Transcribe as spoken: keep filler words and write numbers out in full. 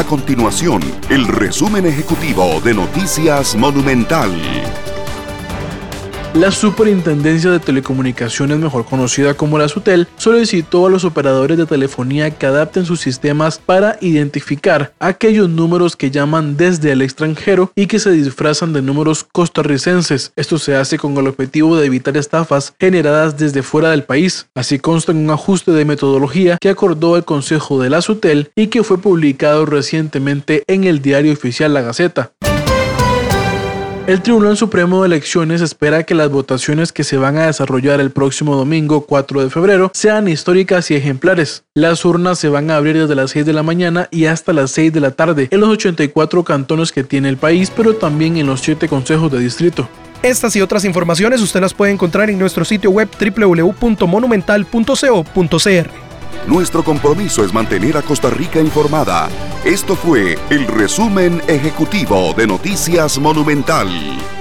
continuación el resumen ejecutivo de Noticias Monumental. La Superintendencia de Telecomunicaciones, mejor conocida como la SUTEL, solicitó a los operadores de telefonía que adapten sus sistemas para identificar aquellos números que llaman desde el extranjero y que se disfrazan de números costarricenses. Esto se hace con el objetivo de evitar estafas generadas desde fuera del país. Así consta en un ajuste de metodología que acordó el Consejo de la SUTEL y que fue publicado recientemente en el diario oficial La Gaceta. El Tribunal Supremo de Elecciones espera que las votaciones que se van a desarrollar el próximo domingo cuatro de febrero sean históricas y ejemplares. Las urnas se van a abrir desde las seis de la mañana y hasta las seis de la tarde en los ochenta y cuatro cantones que tiene el país, pero también en los siete consejos de distrito. Estas y otras informaciones usted las puede encontrar en nuestro sitio web doble u doble u doble u punto monumental punto co punto c r. Nuestro compromiso es mantener a Costa Rica informada. Esto fue el resumen ejecutivo de Noticias Monumental.